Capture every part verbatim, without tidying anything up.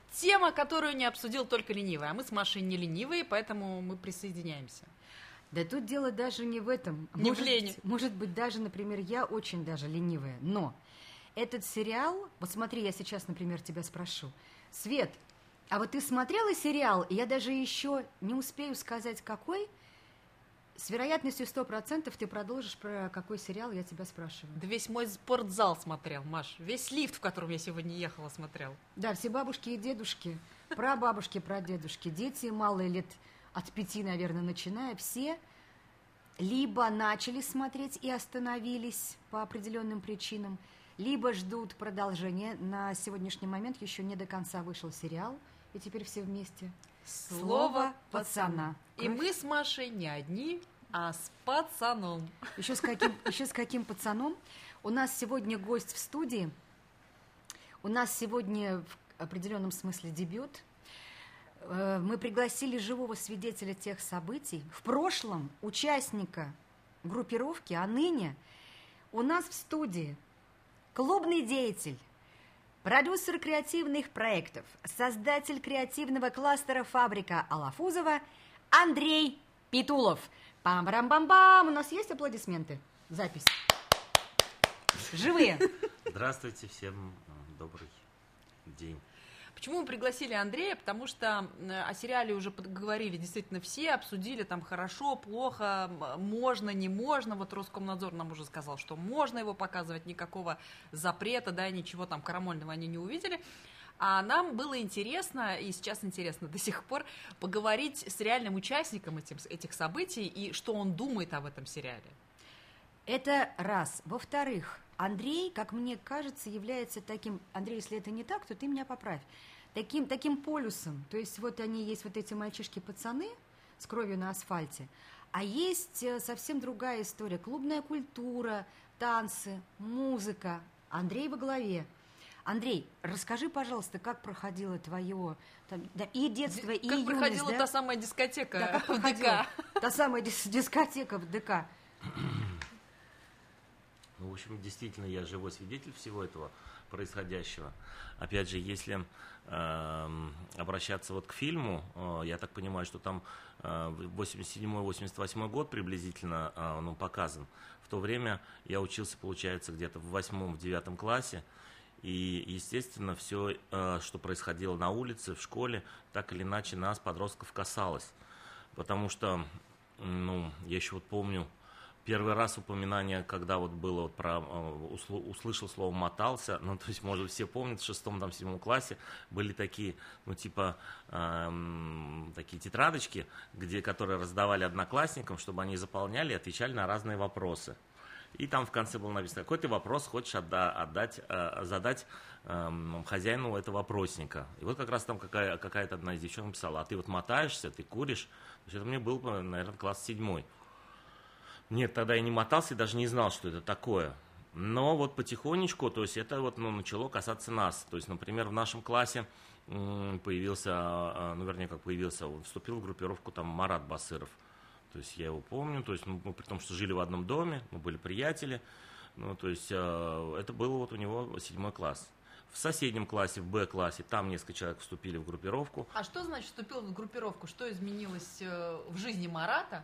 Тема, которую не обсудил только ленивый. А мы с Машей не ленивые, поэтому мы присоединяемся. Да тут дело даже не в этом. Не может, в лени. Может быть, даже, например, я очень даже ленивая. Но этот сериал... Вот смотри, я сейчас, например, тебя спрошу. Свет, а вот ты смотрела сериал, и я даже еще не успею сказать, какой... С вероятностью сто процентов ты продолжишь, про какой сериал я тебя спрашиваю. Да весь мой спортзал смотрел, Маш. Весь лифт, в котором я сегодня ехала, смотрел. Да, все бабушки и дедушки, прабабушки, прадедушки, дети малые лет от пяти, наверное, начиная, все либо начали смотреть и остановились по определенным причинам, либо ждут продолжения. На сегодняшний момент еще не до конца вышел сериал, и теперь все вместе. Слово пацана. И мы с Машей не одни, а с пацаном. Еще с каким, еще с каким пацаном? У нас сегодня гость в студии. У нас сегодня в определенном смысле дебют. Мы пригласили живого свидетеля тех событий. В прошлом участника группировки, а ныне у нас в студии клубный деятель, продюсер креативных проектов, создатель креативного кластера «Фабрика Алафузова» Андрей Питулов. Пам-парам-пам-пам! У нас есть аплодисменты? Запись. Живые. Здравствуйте, всем добрый день. Почему мы пригласили Андрея? Потому что о сериале уже поговорили действительно все, обсудили там хорошо, плохо, можно, не можно. Вот Роскомнадзор нам уже сказал, что можно его показывать, никакого запрета, да, ничего там крамольного они не увидели. А нам было интересно, и сейчас интересно до сих пор, поговорить с реальным участником этим, этих событий и что он думает об этом сериале. Это раз. Во-вторых, Андрей, как мне кажется, является таким... Андрей, если это не так, то ты меня поправь. Таким, таким полюсом. То есть вот они есть, вот эти мальчишки-пацаны с кровью на асфальте, а есть совсем другая история. Клубная культура, танцы, музыка. Андрей во главе. Андрей, расскажи, пожалуйста, как проходило твое там, да, и детство, и как юность. Как проходила да? та самая дискотека да, как в ДК. Та самая дис- дискотека в ДК. Ну, в общем, действительно, я живой свидетель всего этого происходящего. Опять же, если э, обращаться вот к фильму, э, я так понимаю, что там э, восемьдесят седьмой восемьдесят восьмой год приблизительно э, он показан. В то время я учился, получается, где-то в восьмом, в девятом классе. И, естественно, все, э, что происходило на улице, в школе, так или иначе нас, подростков, касалось. Потому что, ну, я еще вот помню, первый раз упоминание, когда вот было вот про, услышал слово «мотался», ну, то есть, может, все помнят, в шестом, там, седьмом классе были такие, ну, типа, эм, такие тетрадочки, где, которые раздавали одноклассникам, чтобы они заполняли и отвечали на разные вопросы. И там в конце было написано, какой ты вопрос хочешь отда- отдать, э, задать э, хозяину этого опросника. И вот как раз там какая- какая-то одна из девчонок написала, а ты вот мотаешься, ты куришь. То есть это мне был, наверное, класс седьмой. Нет, тогда я не мотался и даже не знал, что это такое. Но вот потихонечку, то есть это вот, ну, начало касаться нас. То есть, например, в нашем классе появился, ну, вернее, как появился, вступил в группировку там Марат Басыров. То есть я его помню, то есть, ну, мы при том, что жили в одном доме, мы были приятели. Ну, то есть э, это был вот у него седьмой класс. В соседнем классе, в Б-классе, там несколько человек вступили в группировку. А что значит вступил в группировку? Что изменилось э, в жизни Марата?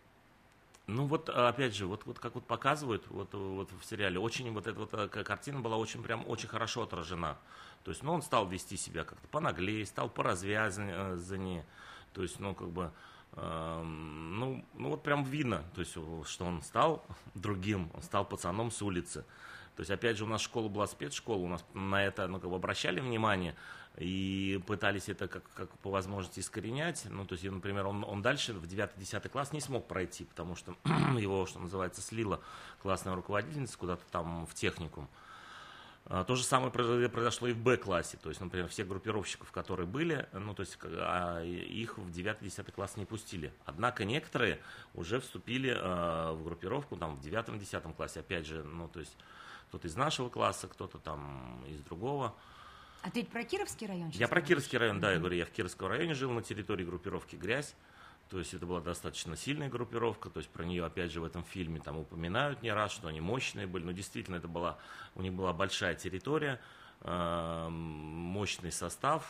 Ну вот, опять же, вот, вот как вот показывают вот, вот в сериале, очень вот эта вот картина была очень прям очень хорошо отражена. То есть, ну, он стал вести себя как-то понаглее, стал поразвязаннее. То есть, ну, как бы, э, ну, ну, вот прям видно, то есть, что он стал другим, он стал пацаном с улицы. То есть, опять же, у нас школа была спецшкола, у нас на это, ну, как бы обращали внимание и пытались это как, как по возможности искоренять. Ну, то есть, например, он, он дальше в девятый-десятый класс не смог пройти, потому что его, что называется, слила классная руководительница куда-то там в техникум. То же самое произошло и в Б-классе. То есть, например, всех группировщиков, которые были, ну, то есть, их в девятый-десятый класс не пустили. Однако некоторые уже вступили в группировку там в девятом-десятом классе. Опять же, ну, то есть, кто-то из нашего класса, кто-то там из другого. А ты про Кировский район? Я про Кировский район, да, я говорю, я в Кировском районе жил на территории группировки «Грязь». То есть это была достаточно сильная группировка, то есть про нее, опять же, в этом фильме там упоминают не раз, что они мощные были, но действительно это была, у них была большая территория, э, мощный состав,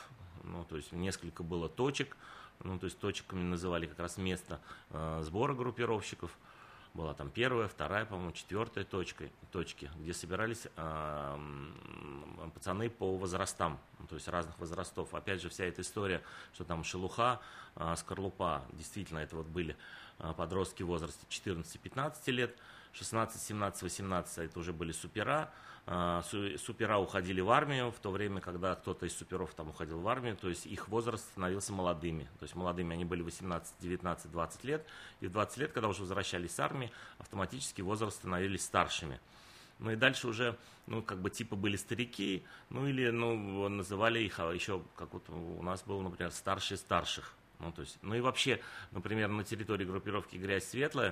ну, то есть несколько было точек, ну, то есть точками называли как раз место э, сбора группировщиков. Была там первая, вторая, по-моему, четвертая точка, точки, где собирались э, пацаны по возрастам, то есть разных возрастов. Опять же, вся эта история, что там шелуха, э, скорлупа, действительно, это вот были э, подростки в возрасте четырнадцати-пятнадцати лет, шестнадцать, семнадцать, восемнадцать, это уже были супера. Э, супера уходили в армию, в то время, когда кто-то из суперов там уходил в армию, то есть их возраст становился молодыми. То есть молодыми они были восемнадцать, девятнадцать, двадцать лет, и в двадцать лет, когда уже возвращались с армии, автоматически возраст становились старшими. Ну и дальше уже, ну, как бы типа были старики, ну или, ну, называли их, а еще, как вот у нас было, например, старшие старших. Ну, то есть, ну и вообще, например, на территории группировки «Грязь светлая»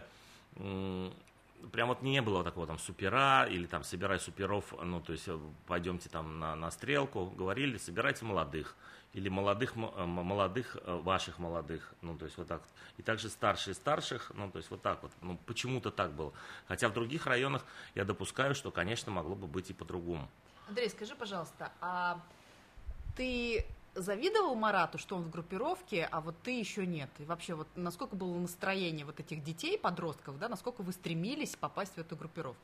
прям вот не было такого там супера или там собирай суперов, ну, то есть пойдемте там на, на стрелку, говорили, собирайте молодых. Или молодых, молодых, ваших молодых, ну, то есть вот так вот. И также старшие старших, ну, то есть вот так вот, ну, почему-то так было. Хотя в других районах я допускаю, что, конечно, могло бы быть и по-другому. Андрей, скажи, пожалуйста, а ты завидовал Марату, что он в группировке, а вот ты еще нет? И вообще, вот насколько было настроение вот этих детей, подростков, да, насколько вы стремились попасть в эту группировку?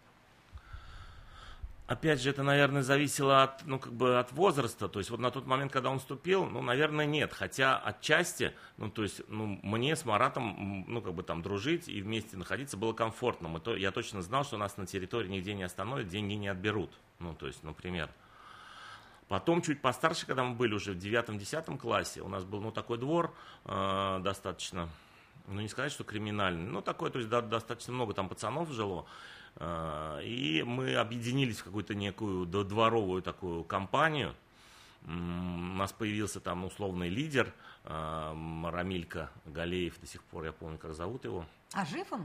Опять же, это, наверное, зависело от, ну, как бы от возраста. То есть вот на тот момент, когда он вступил, ну, наверное, нет. Хотя отчасти, ну, то есть, ну, мне с Маратом, ну, как бы там дружить и вместе находиться было комфортно. Мы то, я точно знал, что нас на территории нигде не остановят, деньги не отберут. Ну, то есть, например. Потом, чуть постарше, когда мы были уже в девятом-десятом классе, у нас был, ну, такой двор э, достаточно, ну, не сказать, что криминальный, но такой, то есть, да, достаточно много там пацанов жило. И мы объединились в какую-то некую дворовую такую компанию. У нас появился там условный лидер Рамилька Галеев, до сих пор я помню, как зовут его. А жив он?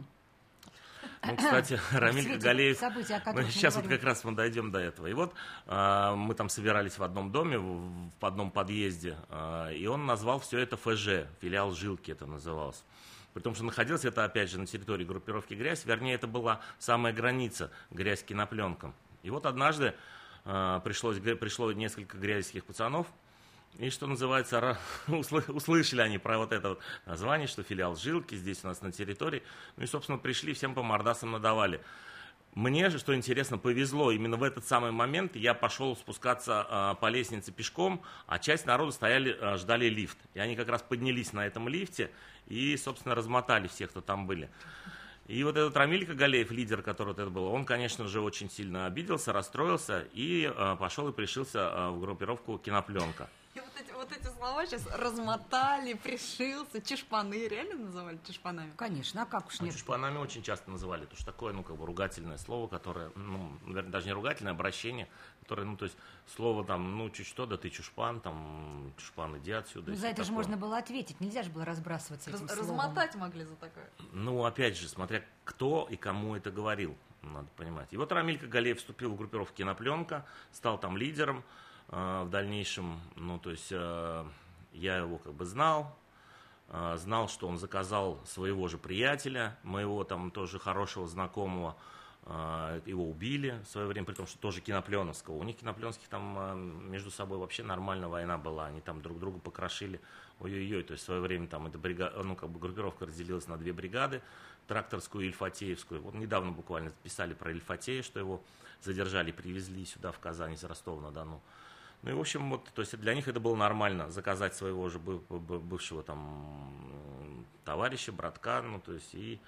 Ну, кстати, Рамилька Галеев, ну, сейчас вот как раз мы дойдем до этого. И вот мы там собирались в одном доме, в одном подъезде, и он назвал все это эф жэ, филиал Жилки это назывался. Потому что находилось это, опять же, на территории группировки «Грязь», вернее, это была самая граница «Грязь» кинопленком. И вот однажды э, пришлось, пришло несколько грязьских пацанов, и, что называется, услышали они про вот это вот название, что филиал «Жилки» здесь у нас на территории. Ну и, собственно, пришли, всем по мордасам надавали. Мне же, что интересно, повезло. Именно в этот самый момент я пошел спускаться э, по лестнице пешком, а часть народа стояли, э, ждали лифт. И они как раз поднялись на этом лифте и, собственно, размотали всех, кто там были. И вот этот Рамилька Галеев, лидер, который вот это был, он, конечно же, очень сильно обиделся, расстроился и э, пошел и пришился э, в группировку «Кинопленка». И вот эти, вот эти слова сейчас размотали, пришился, чешпаны, реально называли чешпанами? Конечно, а как уж нет? А чешпанами очень часто называли, потому что такое, ну, как бы ругательное слово, которое, ну, наверное, даже не ругательное, а обращение, которое, ну, то есть слово там, ну, чуть что, да ты чешпан, там, чешпан, иди отсюда. Ну, за это такое. же можно было ответить, нельзя же было разбрасываться этим Раз, словом. Размотать могли за такое. Ну, опять же, смотря кто и кому это говорил, надо понимать. И вот Рамилька Галеев вступил в группировку «Кинопленка», стал там лидером. В дальнейшем, ну, то есть э, я его как бы знал, э, знал, что он заказал своего же приятеля, моего там тоже хорошего знакомого, э, его убили в свое время, при том, что тоже кинопленовского. У них кинопленских там э, между собой вообще нормальная война была, они там друг друга покрошили, ой-ой-ой, то есть в свое время там эта бригада, ну, как бы группировка разделилась на две бригады, тракторскую и Ильфатеевскую. Вот недавно буквально писали про Ильфатея, что его задержали, привезли сюда, в Казань, из Ростова-на-Дону. Ну и, в общем, вот, то есть для них это было нормально, заказать своего же бывшего там товарища, братка, ну, то есть, и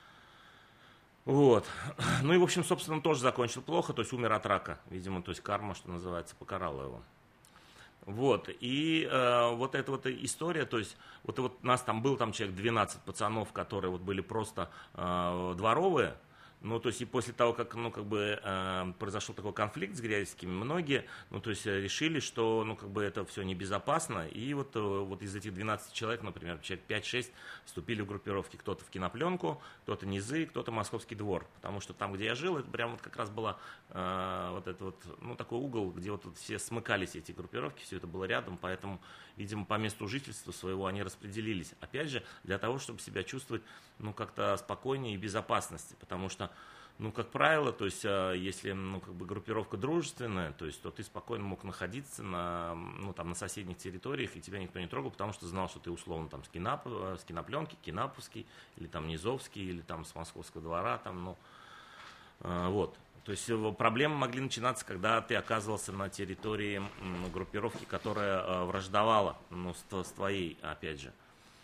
вот. Ну и, в общем, собственно, он тоже закончил плохо, то есть умер от рака, видимо, то есть карма, что называется, покарала его. Вот, и э, вот эта вот история, то есть, вот, вот у нас там был там человек двенадцать пацанов, которые вот были просто э, дворовые. Ну, то есть, и после того, как, ну, как бы, э, произошел такой конфликт с грязьскими, многие, ну, то есть, решили, что, ну, как бы, это все небезопасно, и вот, вот из этих двенадцати человек, например, человек пять-шесть вступили в группировки, кто-то в кинопленку, кто-то низы, кто-то московский двор, потому что там, где я жил, это прям вот как раз была э, вот это вот, ну, такой угол, где вот, вот все смыкались эти группировки, все это было рядом, поэтому, видимо, по месту жительства своего они распределились, опять же, для того, чтобы себя чувствовать, ну, как-то спокойнее и безопасности, потому что Ну, как правило, то есть, если, ну, как бы группировка дружественная, то есть, то ты спокойно мог находиться на, ну, там, на соседних территориях, и тебя никто не трогал, потому что знал, что ты условно там с, кинап, с кинопленки, кинаповский, или там Низовский, или там с Московского двора, там, ну, вот. То есть проблемы могли начинаться, когда ты оказывался на территории ну, группировки, которая враждовала, ну, с, с твоей, опять же.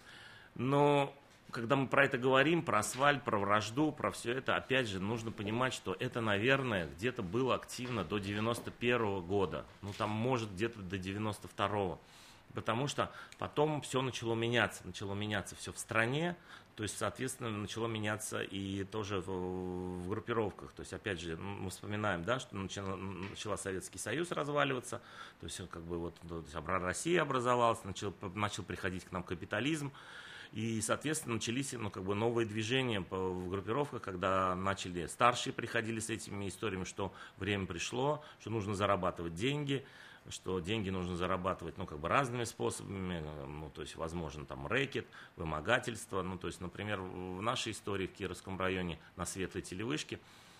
Но когда мы про это говорим, про асфальт, про вражду, про все это, опять же, нужно понимать, что это, наверное, где-то было активно до девяносто первого года. Ну, там, может, где-то до девяносто второго. Потому что потом все начало меняться. Начало меняться все в стране. То есть, соответственно, начало меняться и тоже в, в группировках. То есть, опять же, мы вспоминаем, да, что начала, начала Советский Союз разваливаться. То есть, как бы вот Россия образовалась, начал, начал приходить к нам капитализм. И, соответственно, начались ну, как бы новые движения в группировках, когда начали старшие приходили с этими историями, что время пришло, что нужно зарабатывать деньги, что деньги нужно зарабатывать ну, как бы разными способами, ну, то есть, возможно, там рэкет, вымогательство. Ну, то есть, например, в нашей истории в Кировском районе на Светлой Телевышке,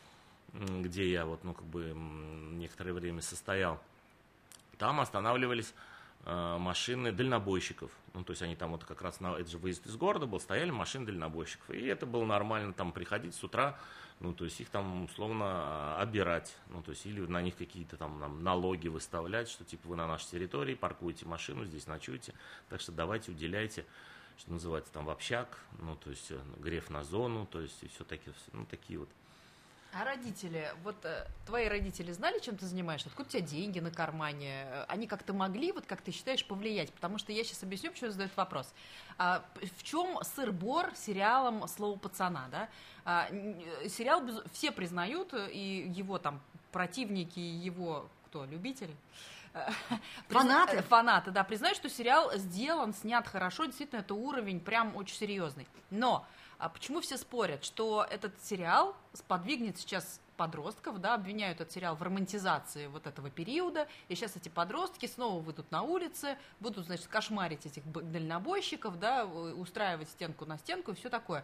где я вот, ну, как бы некоторое время состоял, там останавливались машины дальнобойщиков. Ну, то есть они там вот как раз, на, это же выезд из города был, стояли машины дальнобойщиков. И это было нормально там приходить с утра, ну, то есть их там условно обирать. Ну, то есть или на них какие-то там, там налоги выставлять, что типа вы на нашей территории паркуете машину, здесь ночуете, так что давайте уделяйте, что называется, там в общак, ну, то есть греф на зону, то есть и все такие, ну, такие вот. А родители, вот э, твои родители знали, чем ты занимаешься? Откуда у тебя деньги на кармане? Они как-то могли, вот как ты считаешь, повлиять? Потому что я сейчас объясню, почему я задаю этот вопрос. А, в чем сыр-бор сериалом «Слово пацана», да? А, сериал без... все признают, и его там противники, его, кто, любители? Фанаты. Фанаты, да, признают, что сериал сделан, снят хорошо, действительно, это уровень прям очень серьезный. Но а почему все спорят, что этот сериал сподвигнет сейчас подростков, да, обвиняют этот сериал в романтизации вот этого периода, и сейчас эти подростки снова выйдут на улицы, будут, значит, кошмарить этих дальнобойщиков, да, устраивать стенку на стенку и все такое.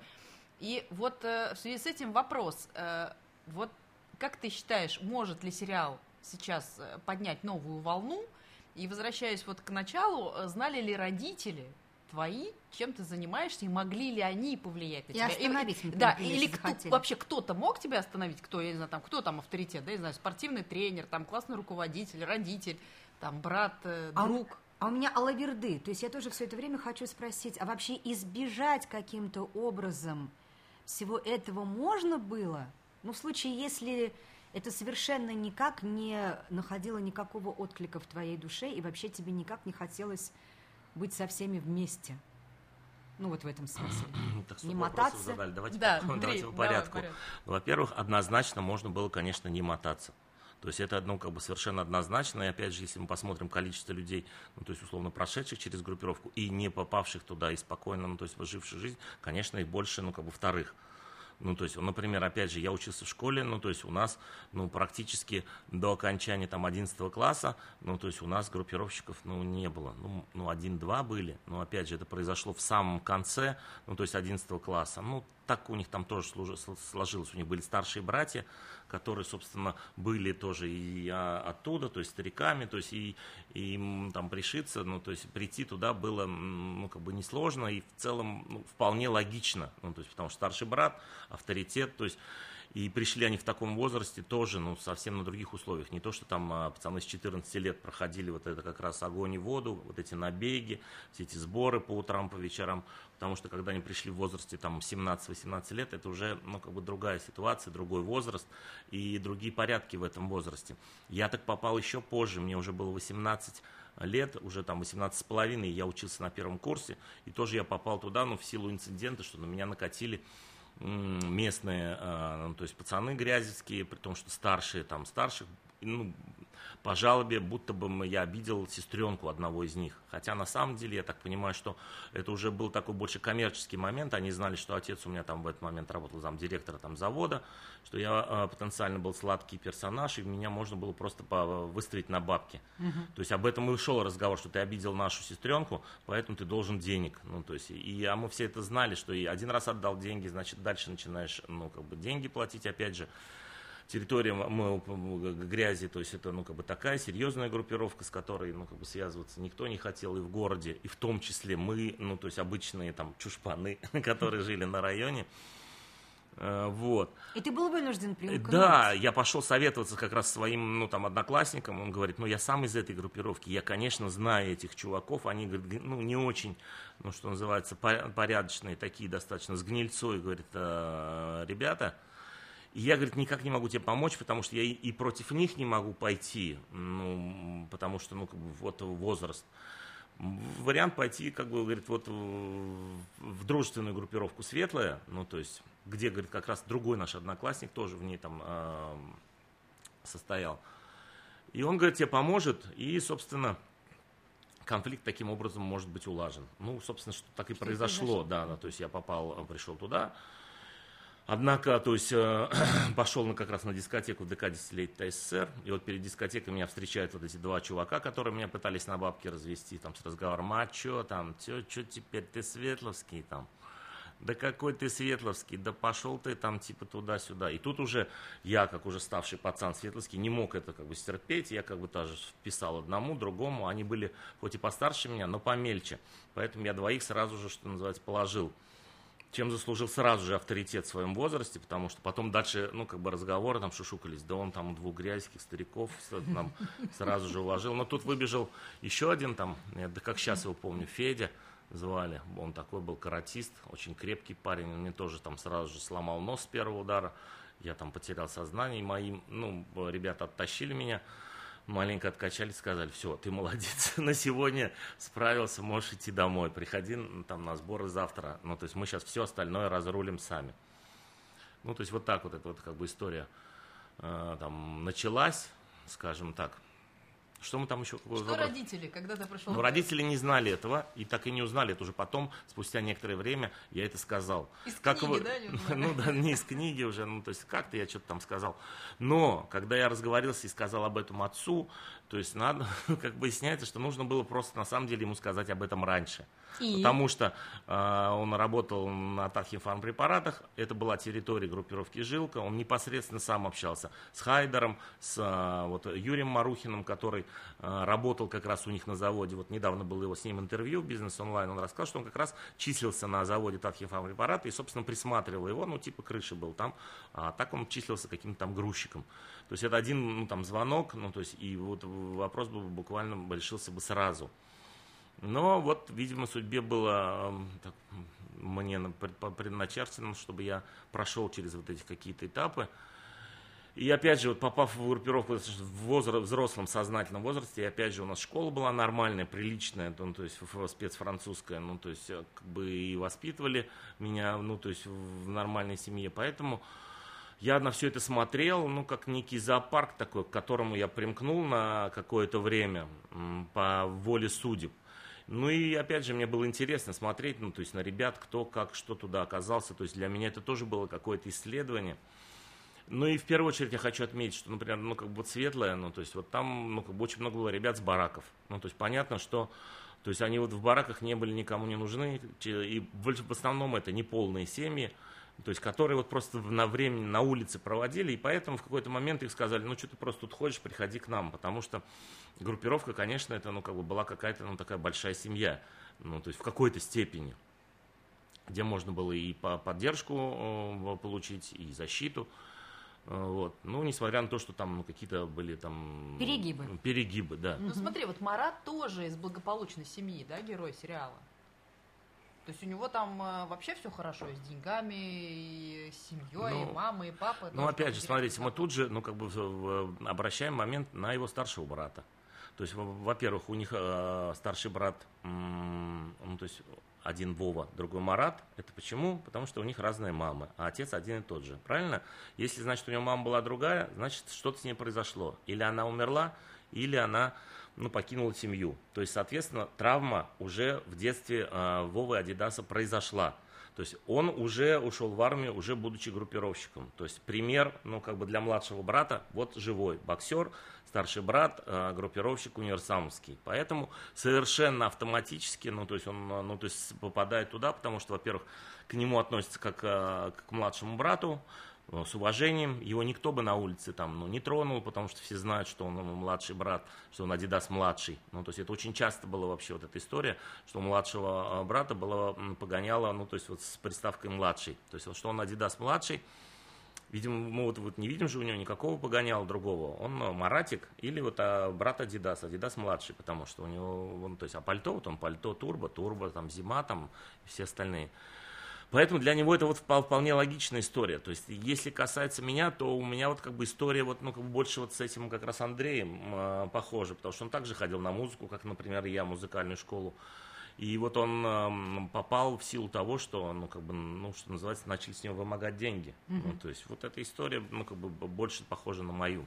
И вот э, в связи с этим вопрос, э, вот как ты считаешь, может ли сериал сейчас поднять новую волну? И возвращаясь вот к началу, знали ли родители твои, чем ты занимаешься, и могли ли они повлиять на и тебя? Остановить, и, например, да, или кто, вообще кто-то мог тебя остановить, кто, я не знаю, там, кто там авторитет, да, я не знаю, спортивный тренер, там, классный руководитель, родитель, там, брат, э, друг. А, а у меня алаверды, то есть я тоже все это время хочу спросить, а вообще избежать каким-то образом всего этого можно было? Ну, в случае, если это совершенно никак не находило никакого отклика в твоей душе, и вообще тебе никак не хотелось быть со всеми вместе. Ну, вот в этом смысле. Так, не мотаться. Задали. Давайте, да, по, Андрей, давайте по порядку. Давай, Во-первых, однозначно можно было, конечно, не мотаться. То есть это, ну, как бы совершенно однозначно. И опять же, если мы посмотрим количество людей, ну, то есть, условно, прошедших через группировку и не попавших туда, и спокойно, ну, то есть, выживших жизнь, конечно, их больше, ну, как бы вторых. Ну, то есть, например, опять же, я учился в школе, ну, то есть, у нас, ну, практически до окончания, там, одиннадцатого класса, ну, то есть, у нас группировщиков, ну, не было. Ну, ну один-два были, но, опять же, это произошло в самом конце, ну, то есть, одиннадцатого класса. Ну, так у них там тоже сложилось, у них были старшие братья, которые, собственно, были тоже и оттуда, то есть, стариками, то есть, и, и им там пришиться, ну, то есть, прийти туда было, ну, как бы несложно и в целом, ну, вполне логично, ну, то есть, потому что старший брат, авторитет, то есть, и пришли они в таком возрасте тоже, ну, совсем на других условиях. Не то, что там а, пацаны с четырнадцати лет проходили вот это как раз огонь и воду, вот эти набеги, все эти сборы по утрам, по вечерам. Потому что когда они пришли в возрасте там семнадцать-восемнадцать лет, это уже, ну, как бы другая ситуация, другой возраст и другие порядки в этом возрасте. Я так попал еще позже, мне уже было восемнадцать лет, уже там восемнадцать с половиной, я учился на первом курсе, и тоже я попал туда, ну, в силу инцидента, что на меня накатили местные, ну, то есть пацаны грязевские, при том, что старшие, там, старших ну, по жалобе, будто бы я обидел сестренку одного из них. Хотя на самом деле, я так понимаю, что это уже был такой больше коммерческий момент. Они знали, что отец у меня там в этот момент работал замдиректора там завода, что я э, потенциально был сладкий персонаж, и меня можно было просто по- выставить на бабки. Uh-huh. То есть об этом и шел разговор, что ты обидел нашу сестренку, поэтому ты должен денег. Ну, то есть, и, а мы все это знали, что и один раз отдал деньги, значит, дальше начинаешь, ну, как бы деньги платить, опять же. Территория мы, грязи, то есть это, ну, как бы такая серьезная группировка, с которой, ну, как бы связываться никто не хотел и в городе, и в том числе мы, ну, то есть обычные там чушпаны, которые жили на районе. Вот. И ты был вынужден примкнуть? Да, я пошел советоваться как раз своим, ну, там, одноклассникам, он говорит, ну, я сам из этой группировки, я, конечно, знаю этих чуваков, они, говорит, ну, не очень, ну, что называется, порядочные, такие достаточно, с гнильцой, говорит, ребята. И я, говорит, никак не могу тебе помочь, потому что я и, и против них не могу пойти, ну, потому что, ну, как бы, вот возраст. Вариант пойти, как бы, говорит, вот в, в дружественную группировку «Светлая», ну, то есть, где, говорит, как раз другой наш одноклассник тоже в ней там э, состоял. И он, говорит, тебе поможет, и, собственно, конфликт таким образом может быть улажен. Ну, собственно, что так и что произошло, да, да, то есть я попал, пришел туда. Однако, то есть, э, пошел на, как раз на дискотеку в ДК десятилетия СССР, и вот перед дискотекой меня встречают вот эти два чувака, которые меня пытались на бабки развести, там, с разговором, а чё там, чё, чё теперь, ты светловский там? Да какой ты светловский, да пошел ты там, типа, туда-сюда. И тут уже я, как уже ставший пацан светловский, не мог это, как бы, стерпеть, я, как бы, тоже вписал одному, другому, они были хоть и постарше меня, но помельче, поэтому я двоих сразу же, что называется, положил. Чем заслужил сразу же авторитет в своем возрасте, потому что потом дальше, ну, как бы разговоры там шушукались, да он там двух грязьких стариков там сразу же уложил. Но тут выбежал еще один там, я, да как сейчас его помню, Федя звали, он такой был каратист, очень крепкий парень, он мне тоже там сразу же сломал нос с первого удара, я там потерял сознание, и мои, ну, ребята оттащили меня, маленько откачали, сказали, все, ты молодец, на сегодня справился, можешь идти домой, приходи там на сборы завтра, ну, то есть мы сейчас все остальное разрулим сами. Ну, то есть вот так вот эта вот, как бы, история э, там началась, скажем так. Что мы там еще? Что вопрос? Родители, когда ты пришел? Ну, родители не знали этого, и так и не узнали. Это уже потом, спустя некоторое время, я это сказал. Из как книги, вы... да? Не ну, да, не из книги уже, ну, то есть как-то я что-то там сказал. Но, когда я разговорился и сказал об этом отцу, то есть надо, как бы, выясняется, что нужно было просто, на самом деле, ему сказать об этом раньше. И? Потому что э, он работал на Татхимфармпрепаратах, это была территория группировки «Жилка», он непосредственно сам общался с Хайдером, с э, вот, Юрием Марухиным, который э, работал как раз у них на заводе. Вот недавно было его с ним интервью в «Бизнес онлайн», он рассказал, что он как раз числился на заводе Татхимфармпрепараты и, собственно, присматривал его, ну, типа крыши был там, а так он числился каким-то там грузчиком. То есть это один, ну, там, звонок, ну, то есть и вот вопрос бы буквально решился бы сразу. Но вот, видимо, судьбе было так, мне предначертано, чтобы я прошел через вот эти какие-то этапы. И опять же, вот попав в группировку в возраст, взрослом сознательном возрасте, и опять же у нас школа была нормальная, приличная, ну, то есть спецфранцузская, ну, то есть как бы и воспитывали меня, ну, то есть в нормальной семье, поэтому я на все это смотрел, ну, как некий зоопарк такой, к которому я примкнул на какое-то время по воле судеб. Ну и опять же мне было интересно смотреть, ну, то есть на ребят, кто, как, что туда оказался, то есть для меня это тоже было какое-то исследование. Ну и в первую очередь я хочу отметить, что, например, ну, как бы вот Светлая, ну, то есть вот там, ну, как бы очень много было ребят с бараков, ну, то есть понятно, что, то есть они вот в бараках не были никому не нужны, и в основном это неполные семьи, то есть которые вот просто на время на улице проводили, и поэтому в какой-то момент их сказали, ну, что ты просто тут ходишь, приходи к нам, потому что группировка, конечно, это, ну, как бы была какая-то, ну, такая большая семья, ну, то есть в какой-то степени, где можно было и по поддержку получить, и защиту, вот, ну, несмотря на то, что там, ну, какие-то были там... Перегибы. Перегибы, да. Ну, смотри, вот Марат тоже из благополучной семьи, да, герой сериала. То есть у него там э, вообще все хорошо, и с деньгами, и с семьей, ну, и мамой, и папой. Ну, опять же, смотрите, мы тут же, ну, как бы в, обращаем момент на его старшего брата. То есть, во-первых, у них э, старший брат, м- ну, то есть один Вова, другой Марат. Это почему? Потому что у них разные мамы, а отец один и тот же. Правильно? Если, значит, у него мама была другая, значит, что-то с ней произошло. Или она умерла, или она, ну, покинула семью. То есть, соответственно, травма уже в детстве э, Вовы Адидаса произошла. То есть он уже ушел в армию, уже будучи группировщиком. То есть пример, ну, как бы для младшего брата, вот живой боксер, старший брат, э, группировщик универсамовский. Поэтому совершенно автоматически, ну, то есть он, ну, то есть попадает туда, потому что, во-первых, к нему относятся как э, к младшему брату, с уважением. Его никто бы на улице там, ну, не тронул, потому что все знают, что он младший брат, что он Адидас младший. Ну, то есть это очень часто была вообще вот эта история, что у младшего брата было погоняло, ну, то есть вот с приставкой младший. То есть вот, что он Адидас младший. Видимо, мы вот, вот не видим же у него никакого погоняла другого. Он Маратик или вот а, брат Адидас, Адидас младший, потому что у него, он, то есть, а пальто, вот он пальто турбо, турбо, там зима, там и все остальные. Поэтому для него это вот вполне логичная история. То есть, если касается меня, то у меня вот как бы история вот, ну, как бы больше вот с этим как раз Андреем э, похожа, потому что он также ходил на музыку, как, например, я, музыкальную школу. И вот он э, попал в силу того, что, ну, как бы, ну, что называется, начали с него вымогать деньги. Mm-hmm. Ну, то есть, вот эта история, ну, как бы больше похожа на мою.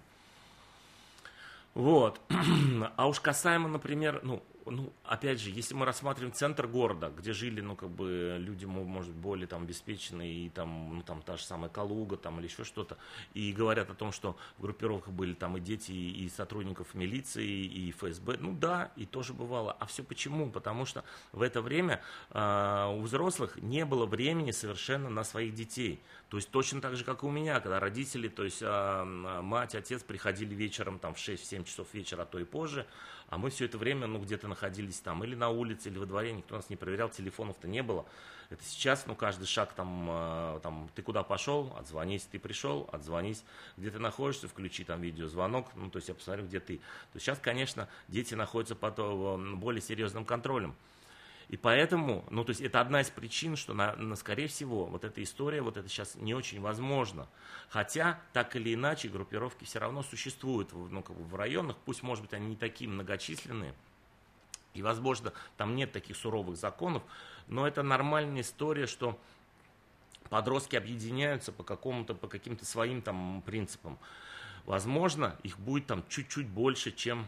Вот. А уж касаемо, например, ну, ну, опять же, если мы рассматриваем центр города, где жили, ну, как бы, люди, может, более там обеспеченные, и там, ну, там, та же самая Калуга, там, или еще что-то, и говорят о том, что в группировках были там и дети, и, и сотрудников милиции, и эф эс бэ, ну, да, и тоже бывало. А все почему? Потому что в это время э, у взрослых не было времени совершенно на своих детей. То есть точно так же, как и у меня, когда родители, то есть э, мать, отец приходили вечером там в шесть-семь часов вечера, а то и позже, а мы все это время, ну, где-то находились там или на улице, или во дворе, никто нас не проверял, телефонов-то не было. Это сейчас, ну, каждый шаг там, э, там, ты куда пошел, отзвонись, ты пришел, отзвонись, где ты находишься, включи там видеозвонок, ну, то есть я посмотрю, где ты. То есть сейчас, конечно, дети находятся под более серьезным контролем. И поэтому, ну, то есть это одна из причин, что, на, на, скорее всего, вот эта история, вот это сейчас не очень возможно. Хотя, так или иначе, группировки все равно существуют, ну, как бы в районах, пусть, может быть, они не такие многочисленные, и, возможно, там нет таких суровых законов, но это нормальная история, что подростки объединяются по какому-то, по каким-то своим там принципам. Возможно, их будет там чуть-чуть больше, чем,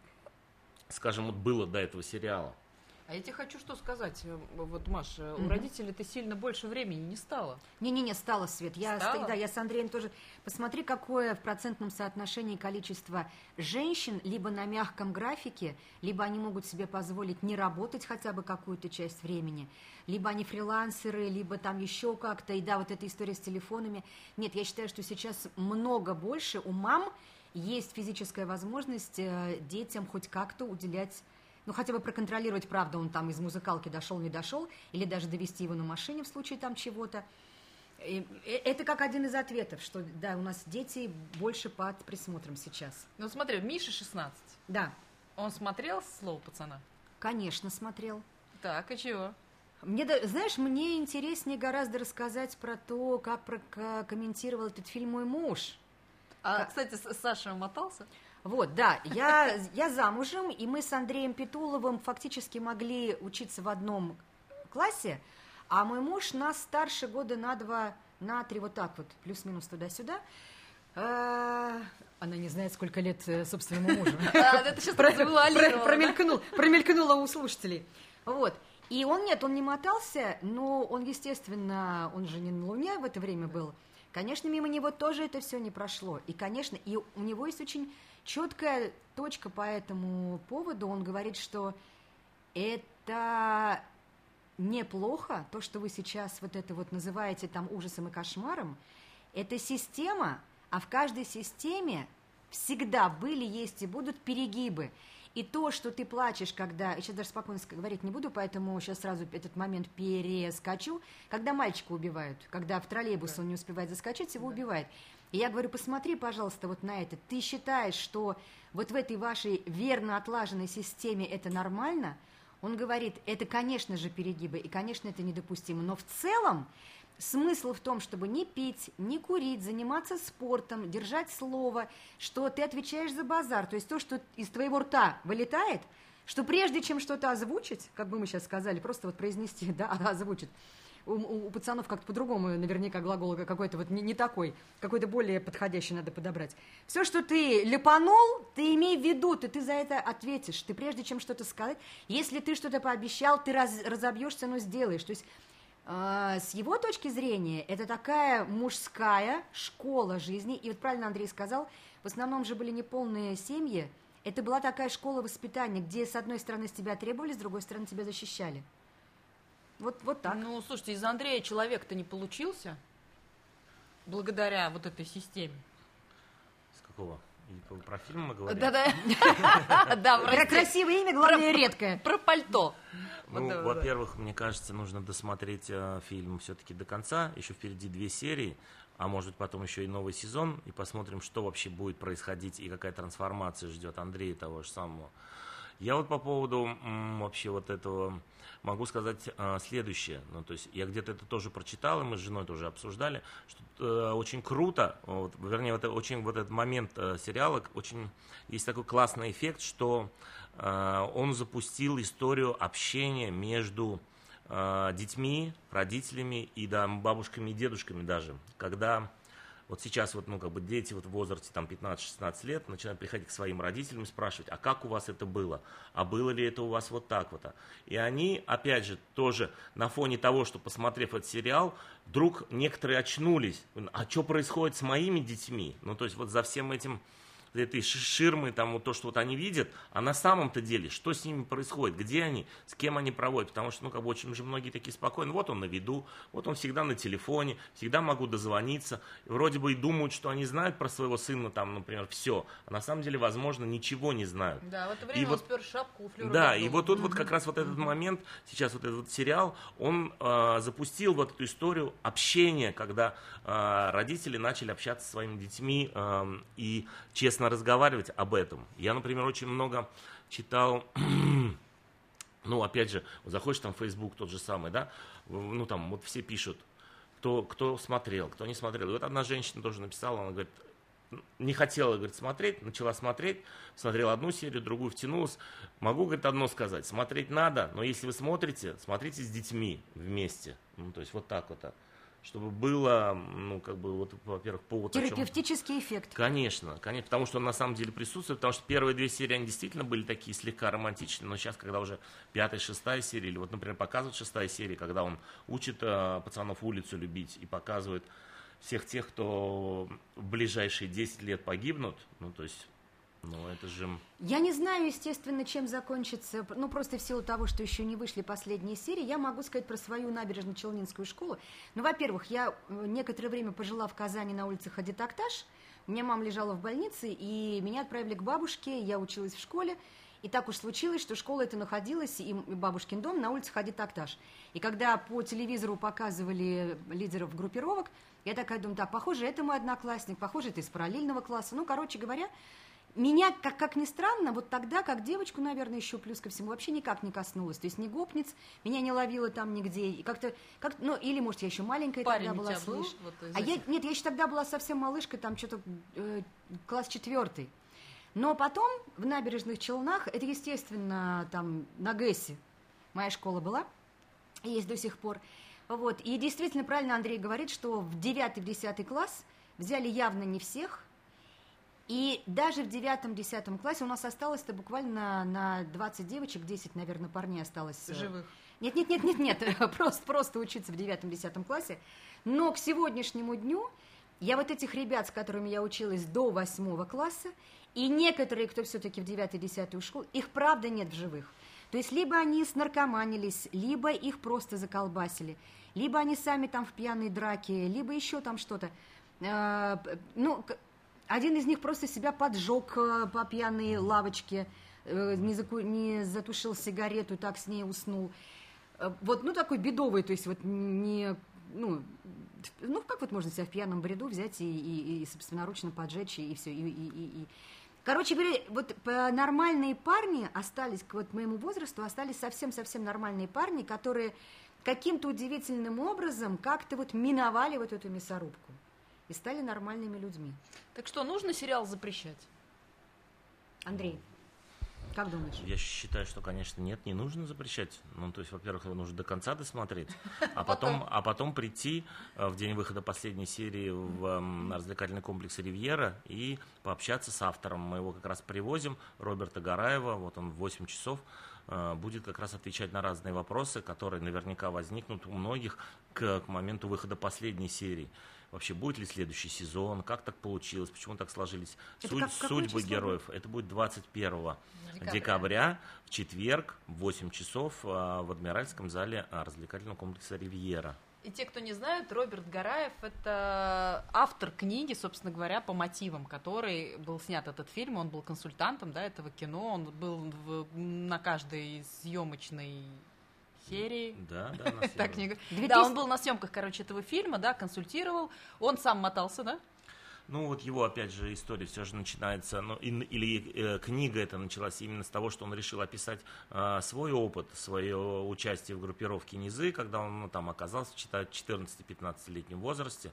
скажем, вот было до этого сериала. А я тебе хочу что сказать, вот, Маш, mm-hmm. у родителей-то сильно больше времени не стало. Не-не-не, стало, Свет. Я, стало? Да, я с Андреем тоже. Посмотри, какое в процентном соотношении количество женщин либо на мягком графике, либо они могут себе позволить не работать хотя бы какую-то часть времени, либо они фрилансеры, либо там еще как-то. И да, вот эта история с телефонами. Нет, я считаю, что сейчас много больше у мам есть физическая возможность детям хоть как-то уделять, ну, хотя бы проконтролировать, правда, он там из музыкалки дошел, не дошел, или даже довести его на машине в случае там чего-то. И это как один из ответов, что, да, у нас дети больше под присмотром сейчас. Ну, смотри, Мише шестнадцать. Да. Он смотрел «Слово пацана»? Конечно, смотрел. Так, и чего? Мне, знаешь, мне интереснее гораздо рассказать про то, как прокомментировал этот фильм мой муж. А, как... кстати, Саша мотался? Вот, да, я, я замужем, и мы с Андреем Петуловым фактически могли учиться в одном классе, а мой муж нас старше года на два, на три, вот так вот, плюс-минус туда-сюда. Она не знает, сколько лет собственному мужу. Это сейчас промелькнуло у слушателей. Вот. И он, нет, он не мотался, но он, естественно, он же не на Луне в это время был. Конечно, мимо него тоже это все не прошло. И, конечно, и у него есть очень четкая точка по этому поводу. Он говорит, что это неплохо, то, что вы сейчас вот это вот называете там ужасом и кошмаром. Это система, а в каждой системе всегда были, есть и будут перегибы. И то, что ты плачешь, когда... Я сейчас даже спокойно говорить не буду, поэтому сейчас сразу этот момент перескочу. Когда мальчика убивают, когда в троллейбус да. он не успевает заскочить, его да. убивают. И я говорю, посмотри, пожалуйста, вот на это. Ты считаешь, что вот в этой вашей верно отлаженной системе это нормально? Он говорит, это, конечно же, перегибы, и, конечно, это недопустимо. Но в целом смысл в том, чтобы не пить, не курить, заниматься спортом, держать слово, что ты отвечаешь за базар. То есть то, что из твоего рта вылетает, что прежде чем что-то озвучить, как бы мы сейчас сказали, просто вот произнести, да, озвучить, у, у, у пацанов как-то по-другому наверняка глагол какой-то вот не, не такой, какой-то более подходящий надо подобрать. Все, что ты ляпанул, ты имей в виду, ты, ты за это ответишь. Ты прежде чем что-то сказать, если ты что-то пообещал, ты раз, разобьешься, но сделаешь. То есть э, с его точки зрения это такая мужская школа жизни. И вот правильно Андрей сказал, в основном же были неполные семьи. Это была такая школа воспитания, где с одной стороны с тебя требовали, с другой стороны тебя защищали. Вот, вот так. Ну, слушайте, из Андрея человек-то не получился благодаря вот этой системе. С какого? И про фильм мы говорим? Да-да. Красивое имя, главное, редкое. Про пальто. Ну, во-первых, мне кажется, нужно досмотреть фильм все-таки до конца. Еще впереди две серии, а может быть потом еще и новый сезон. И посмотрим, что вообще будет происходить и какая трансформация ждет Андрея того же самого. Я вот по поводу м, вообще вот этого могу сказать э, следующее. Ну, то есть я где-то это тоже прочитал, и мы с женой тоже обсуждали, что э, очень круто, вот, вернее, вот, очень вот этот момент э, сериала, очень есть такой классный эффект, что э, он запустил историю общения между э, детьми, родителями и да, бабушками и дедушками даже, когда... Вот сейчас вот, ну, как бы дети вот в возрасте там пятнадцать-шестнадцать лет начинают приходить к своим родителям и спрашивать, а как у вас это было? А было ли это у вас вот так вот? И они, опять же, тоже на фоне того, что, посмотрев этот сериал, вдруг некоторые очнулись. А что происходит с моими детьми? Ну, то есть вот за всем этим... этой ширмы, там вот то, что вот они видят, а на самом-то деле, что с ними происходит, где они, с кем они проводят, потому что, ну, как бы очень же многие такие спокойны, вот он на виду, вот он всегда на телефоне, всегда могу дозвониться, и вроде бы и думают, что они знают про своего сына, там, например, все, а на самом деле, возможно, ничего не знают. Да, в это время и он вот, спер шапку у Флёра. Да, и вот тут вот как раз вот этот момент, сейчас вот этот вот сериал, он э, запустил вот эту историю общения, когда э, родители начали общаться со своими детьми э, и честно разговаривать об этом. Я, например, очень много читал, ну, опять же, заходишь там в Facebook тот же самый, да, ну, там вот все пишут, кто, кто смотрел, кто не смотрел. И вот одна женщина тоже написала, она говорит, не хотела, говорит, смотреть, начала смотреть, смотрела одну серию, другую втянулась. Могу, говорит, одно сказать, смотреть надо, но если вы смотрите, смотрите с детьми вместе. Ну, то есть вот так вот. Чтобы было, ну, как бы, вот, во-первых, повод... Терапевтический эффект. Конечно, конечно, потому что он на самом деле присутствует, потому что первые две серии, они действительно были такие слегка романтичные, но сейчас, когда уже пятая, шестая серия, или вот, например, показывают шестая серия, когда он учит э, пацанов улицу любить и показывает всех тех, кто в ближайшие десять лет погибнут, ну, то есть... Ну, это же... Я не знаю, естественно, чем закончится, ну, просто в силу того, что еще не вышли последние серии, я могу сказать про свою набережно-Челнинскую школу. Ну, во-первых, я некоторое время пожила в Казани на улице Хади-Такташ, у меня мама лежала в больнице, и меня отправили к бабушке, я училась в школе, и так уж случилось, что школа эта находилась, и бабушкин дом на улице Хади-Такташ. И когда по телевизору показывали лидеров группировок, я такая думаю, да, похоже, это мой одноклассник, похоже, это из параллельного класса. Ну, короче говоря... Меня, как, как ни странно, вот тогда, как девочку, наверное, еще плюс ко всему, вообще никак не коснулась. То есть ни гопниц, меня не ловила там нигде. И как-то, как, ну, или, может, я еще маленькая Парень тогда была, был, слышь. вот а я, нет, я еще тогда была совсем малышкой, там что-то э, класс четвертый. Но потом в Набережных Челнах, это, естественно, там на ГЭСе моя школа была, и есть до сих пор. Вот. И действительно, правильно Андрей говорит, что в девятый, в десятый класс взяли явно не всех. И даже в девятом-десятом классе у нас осталось-то буквально на двадцать девочек, десять, наверное, парней осталось. Живых. Нет, нет, нет, нет, нет, просто, просто учиться в девятом-десятом классе. Но к сегодняшнему дню я вот этих ребят, с которыми я училась до восьмого класса, и некоторые, кто все-таки в девятый-десятый ушел, их правда нет в живых. То есть либо они снаркоманились, либо их просто заколбасили, либо они сами там в пьяной драке, либо еще там что-то. Ну, один из них просто себя поджег по пьяной лавочке, не, заку... не затушил сигарету, так с ней уснул. Вот, ну, такой бедовый, то есть вот не... Ну, ну как вот можно себя в пьяном бреду взять и, и, и собственноручно поджечь, и все, и... и, и, и... Короче говоря, вот нормальные парни остались, к вот моему возрасту, остались совсем-совсем нормальные парни, которые каким-то удивительным образом как-то вот миновали вот эту мясорубку и стали нормальными людьми. Так что, нужно сериал запрещать? Андрей. Как думаешь? Я считаю, что, конечно, нет, не нужно запрещать. Ну, то есть, во-первых, его нужно до конца досмотреть, а потом, а потом прийти в день выхода последней серии в развлекательный комплекс «Ривьера» и пообщаться с автором. Мы его как раз привозим, Роберта Гараева, вот он в восемь часов будет как раз отвечать на разные вопросы, которые наверняка возникнут у многих к, к моменту выхода последней серии. Вообще, будет ли следующий сезон, как так получилось, почему так сложились Судь, как, судьбы героев. Будет? Это будет двадцать первого декабря. декабря в четверг в восемь часов в Адмиральском зале развлекательного комплекса «Ривьера». И те, кто не знает, Роберт Гараев – это автор книги, собственно говоря, по мотивам, которой был снят этот фильм. Он был консультантом, да, этого кино, он был в, на каждой съемочной серии. Да, да, на так не... да, он был на съемках, короче, этого фильма, да, консультировал. Он сам мотался, да? Ну, вот его, опять же, история все же начинается, ну, и, или э, книга эта началась именно с того, что он решил описать э, свой опыт, свое участие в группировке Низы, когда он ну, там оказался в четырнадцати-пятнадцатилетнем возрасте.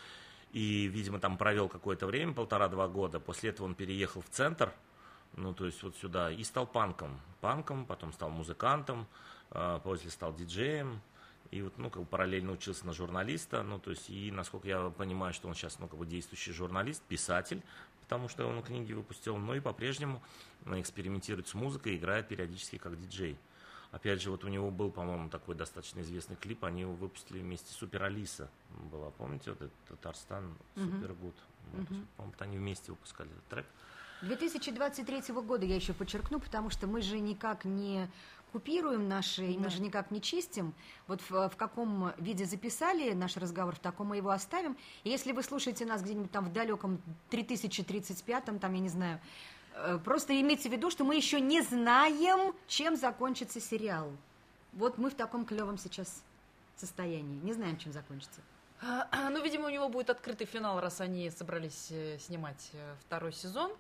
И, видимо, там провел какое-то время, полтора-два года. После этого он переехал в центр, ну, то есть вот сюда, и стал панком. Панком, потом стал музыкантом, э, после стал диджеем. И вот, ну, как бы параллельно учился на журналиста, ну, то есть, и, насколько я понимаю, что он сейчас, ну, как бы действующий журналист, писатель, потому что он книги выпустил, но и по-прежнему экспериментирует с музыкой, играет периодически как диджей. Опять же, вот у него был, по-моему, такой достаточно известный клип, они его выпустили вместе, «Супер Алиса» была, помните, вот этот Татарстан, «Супер Гуд», вот, uh-huh. по-моему, они вместе выпускали этот трек. две тысячи двадцать третьего года я еще подчеркну, потому что мы же никак не купируем наши, да. мы же никак не чистим. Вот в, в каком виде записали наш разговор, в таком мы его оставим. И если вы слушаете нас где-нибудь там в далеком три тысячи тридцать пятом, там, я не знаю, просто имейте в виду, что мы еще не знаем, чем закончится сериал. Вот мы в таком клевом сейчас состоянии. Не знаем, чем закончится. Ну, видимо, у него будет открытый финал, раз они собрались снимать второй сезон.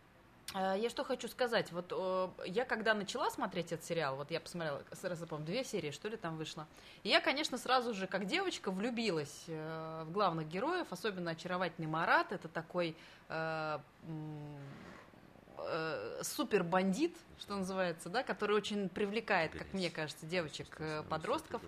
Я что хочу сказать, вот я когда начала смотреть этот сериал, вот я посмотрела, сразу помню, две серии, что ли, там вышло, и я, конечно, сразу же, как девочка, влюбилась в главных героев, особенно очаровательный Марат, это такой э, э, супер-бандит, что называется, да, который очень привлекает, как мне кажется, девочек-подростков.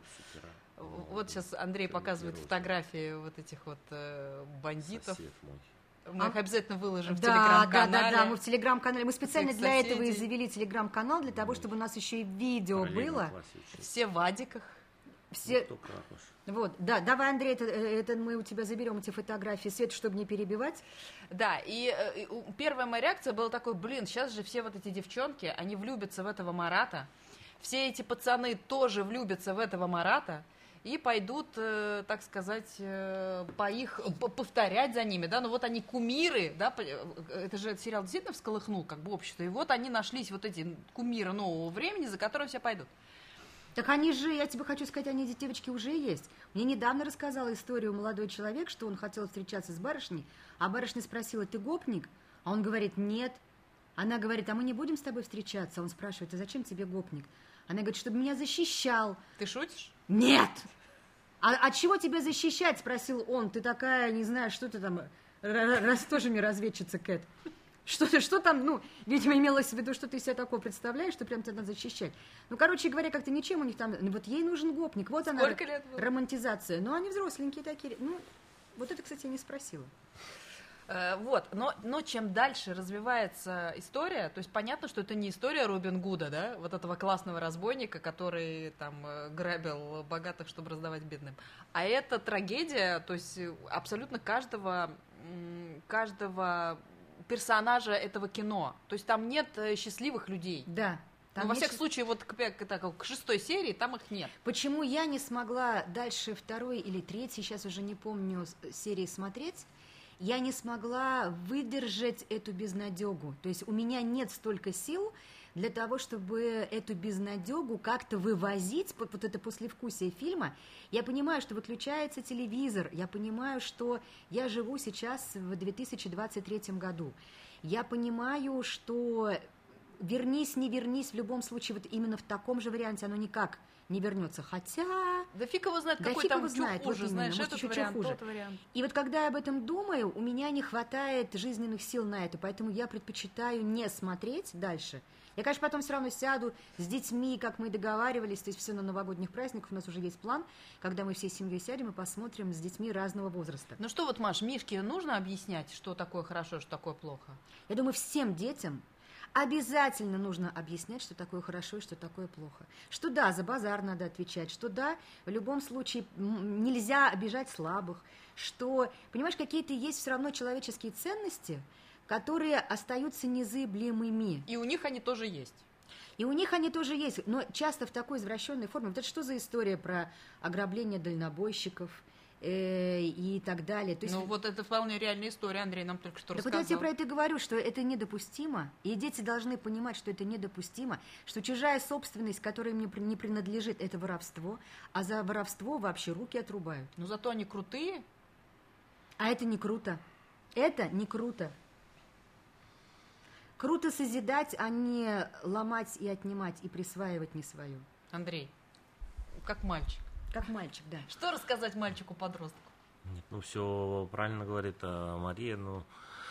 Вот сейчас Андрей показывает фотографии вот этих вот э, бандитов. Мы их обязательно выложим в да, телеграм-канале. Да, да, да, мы в телеграм-канале. Мы специально для этого и завели телеграм-канал, для того, чтобы у нас еще и видео было. Все в адиках. Все... Вот, да, давай, Андрей, это, это мы у тебя заберем эти фотографии, Свет, чтобы не перебивать. Да, и, и первая моя реакция была такой, блин, сейчас же все вот эти девчонки, они влюбятся в этого Марата, все эти пацаны тоже влюбятся в этого Марата, и пойдут, э, так сказать, э, по их, по, повторять за ними, да, ну вот они кумиры, да, это же этот сериал действительно всколыхнул как бы общество, и вот они нашлись, вот эти кумиры нового времени, за которые все пойдут. Так они же, я тебе хочу сказать, они, эти девочки, уже есть. Мне недавно рассказала историю молодой человек, что он хотел встречаться с барышней, а барышня спросила, ты гопник? А он говорит, нет. Она говорит, а мы не будем с тобой встречаться? Он спрашивает, а зачем тебе гопник? Она говорит, чтобы меня защищал. Ты шутишь? Нет! А от чего тебя защищать, спросил он. Ты такая, не знаю, что ты там, раз тоже мне разведчица, Кэт. Что ты, что там, ну, видимо, имелось в виду, что ты себя такое представляешь, что прям тебя надо защищать. Ну, короче говоря, как-то ничем у них там, вот ей нужен гопник, вот она, Сколько лет было? Романтизация. Но они взросленькие такие. Ну, вот это, кстати, я не спросила. Вот, но, но чем дальше развивается история, то есть понятно, что это не история Робин Гуда, да, вот этого классного разбойника, который там грабил богатых, чтобы раздавать бедным, а это трагедия, то есть абсолютно каждого, каждого персонажа этого кино, то есть там нет счастливых людей. Да. Там во всяком случае, вот к, к, к шестой серии там их нет. Почему я не смогла дальше второй или третьей, сейчас уже не помню, серии смотреть? Я не смогла выдержать эту безнадегу. То есть у меня нет столько сил для того, чтобы эту безнадегу как-то вывозить, вот, вот это послевкусие фильма. Я понимаю, что выключается телевизор, я понимаю, что я живу сейчас в две тысячи двадцать третьем году. Я понимаю, что вернись, не вернись, в любом случае, вот именно в таком же варианте оно никак не вернется. Хотя... Да фиг его знает, да какой фиг там его знает, хуже, вот знаешь, может, этот еще вариант, хуже. тот вариант. И вот когда я об этом думаю, у меня не хватает жизненных сил на это, поэтому я предпочитаю не смотреть дальше. Я, конечно, потом все равно сяду с детьми, как мы и договаривались, то есть все на новогодних праздниках, у нас уже есть план, когда мы всей семьей сядем и посмотрим с детьми разного возраста. Ну что вот, Маш, Мишке нужно объяснять, что такое хорошо, что такое плохо? Я думаю, всем детям обязательно нужно объяснять, что такое хорошо и что такое плохо. Что да, за базар надо отвечать, что да, в любом случае нельзя обижать слабых, что, понимаешь, какие-то есть все равно человеческие ценности, которые остаются незыблемыми. И у них они тоже есть. И у них они тоже есть, но часто в такой извращенной форме. Вот это что за история про ограбление дальнобойщиков э, и так далее? То есть... Ну вот это вполне реальная история, Андрей нам только что так рассказал. вот я тебе про это и говорю, что это недопустимо, и дети должны понимать, что это недопустимо, что чужая собственность, которая им не принадлежит, это воровство, а за воровство вообще руки отрубают. Но зато они крутые. А это не круто. Это не круто. Круто созидать, а не ломать и отнимать, и присваивать не свое. Андрей, как мальчик. Как мальчик, да. Что рассказать мальчику-подростку? Нет, ну все правильно говорит а, Мария, ну,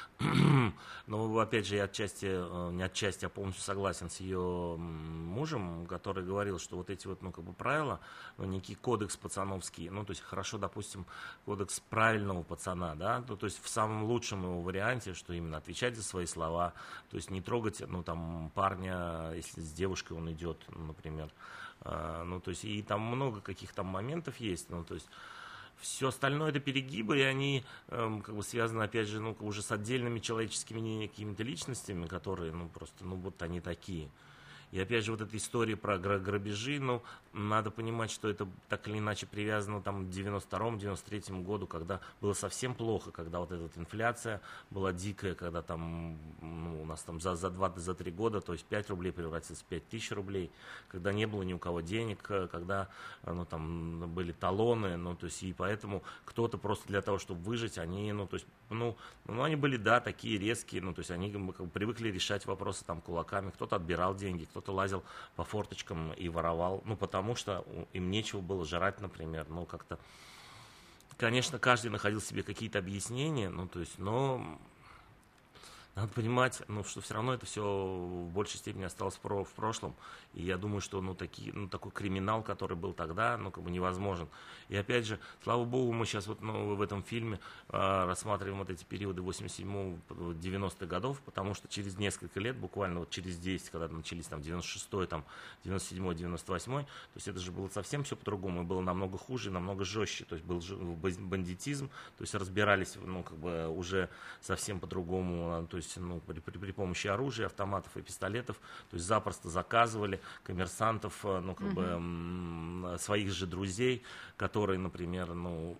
ну, опять же, я отчасти, не отчасти, а полностью согласен с ее мужем, который говорил, что вот эти вот, ну, как бы правила, ну, некий кодекс пацановский, ну, то есть хорошо, допустим, кодекс правильного пацана, да, ну, то есть в самом лучшем его варианте, что именно отвечать за свои слова, то есть не трогать, ну, там, парня, если с девушкой он идет, например, а, ну, то есть и там много каких там моментов есть, ну, то есть все остальное это перегибы, и они эм, как бы связаны, опять же, ну, уже с отдельными человеческими какими-то личностями, которые, ну, просто, ну, вот они такие. И опять же, вот эта история про грабежи, ну, надо понимать, что это так или иначе привязано там к девяносто второму — девяносто третьему году, когда было совсем плохо, когда вот эта вот инфляция была дикая, когда там, ну, у нас там за, за два — за три года, то есть пять рублей превратилось в пять тысяч рублей, когда не было ни у кого денег, когда, ну, там были талоны, ну, то есть, и поэтому кто-то просто для того, чтобы выжить, они, ну, то есть, ну, ну они были, да, такие резкие, ну, то есть, они как бы привыкли решать вопросы там кулаками, кто-то отбирал деньги, кто-то лазил по форточкам и воровал, ну, потому что им нечего было жрать, например, ну, как-то, конечно, каждый находил себе какие-то объяснения, ну, то есть, но надо понимать, ну, что все равно это все в большей степени осталось в, про- в прошлом, и я думаю, что, ну, такие, ну, такой криминал, который был тогда, ну, как бы невозможен. И опять же, слава богу, мы сейчас вот, ну, в этом фильме э, рассматриваем вот эти периоды восемьдесят седьмого — девяностых годов, потому что через несколько лет, буквально вот через десять, когда начались там девяносто шестой, там девяносто седьмой — девяносто восьмой, то есть это же было совсем все по-другому, и было намного хуже, намного жестче, то есть был бандитизм, то есть разбирались, ну, как бы уже совсем по-другому, то есть, ну, при, при, при помощи оружия, автоматов и пистолетов, то есть запросто заказывали коммерсантов, ну, как mm-hmm. бы своих же друзей, которые, например, ну,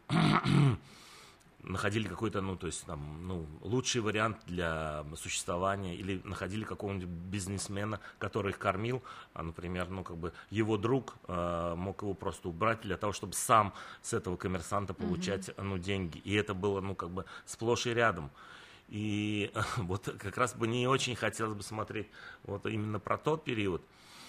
находили какой-то, ну, то есть, там, ну, лучший вариант для существования, или находили какого-нибудь бизнесмена, который их кормил, а, например, ну, как бы его друг э, мог его просто убрать для того, чтобы сам с этого коммерсанта получать, mm-hmm. ну, деньги. И это было, ну, как бы сплошь и рядом. И вот как раз бы не очень хотелось бы смотреть вот именно про тот период.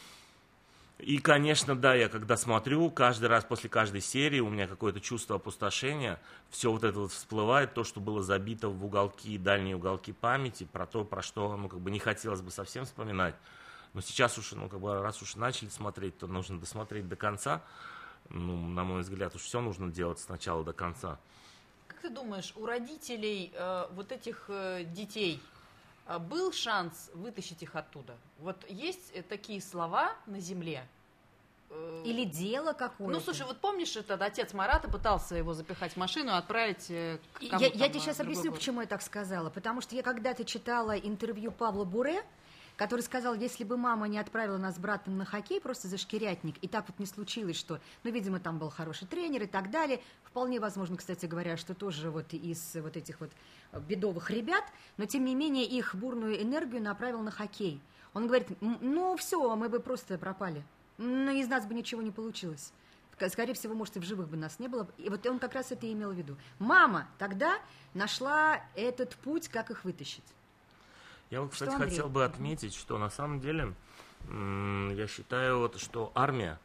И, конечно, да, я когда смотрю, каждый раз после каждой серии у меня какое-то чувство опустошения, все вот это вот всплывает, то, что было забито в уголки, дальние уголки памяти, про то, про что, ну, как бы не хотелось бы совсем вспоминать. Но сейчас уж, ну, как бы, раз уж начали смотреть, то нужно досмотреть до конца. Ну, на мой взгляд, уж все нужно делать сначала до конца. Как ты думаешь, у родителей э, вот этих э, детей э, был шанс вытащить их оттуда? Вот есть э, такие слова на земле? Э, Или дело какое-то? Ну, слушай, вот помнишь, этот отец Марата пытался его запихать в машину и отправить э, к я, кому-то я там, тебе сейчас в другой объясню, город. почему я так сказала. Потому что я когда-то читала интервью Павла Буре, который сказал, если бы мама не отправила нас с братом на хоккей, просто за шкирятник, и так вот не случилось, что, ну, видимо, там был хороший тренер и так далее, вполне возможно, кстати говоря, что тоже вот из вот этих вот бедовых ребят, но, тем не менее, их бурную энергию направил на хоккей. Он говорит, ну, все, мы бы просто пропали, ну, из нас бы ничего не получилось. Скорее всего, может, и в живых бы нас не было. И вот он как раз это и имел в виду. Мама тогда нашла этот путь, как их вытащить. Я вот, кстати, что, хотел бы отметить, что на самом деле, я считаю, вот, что армия,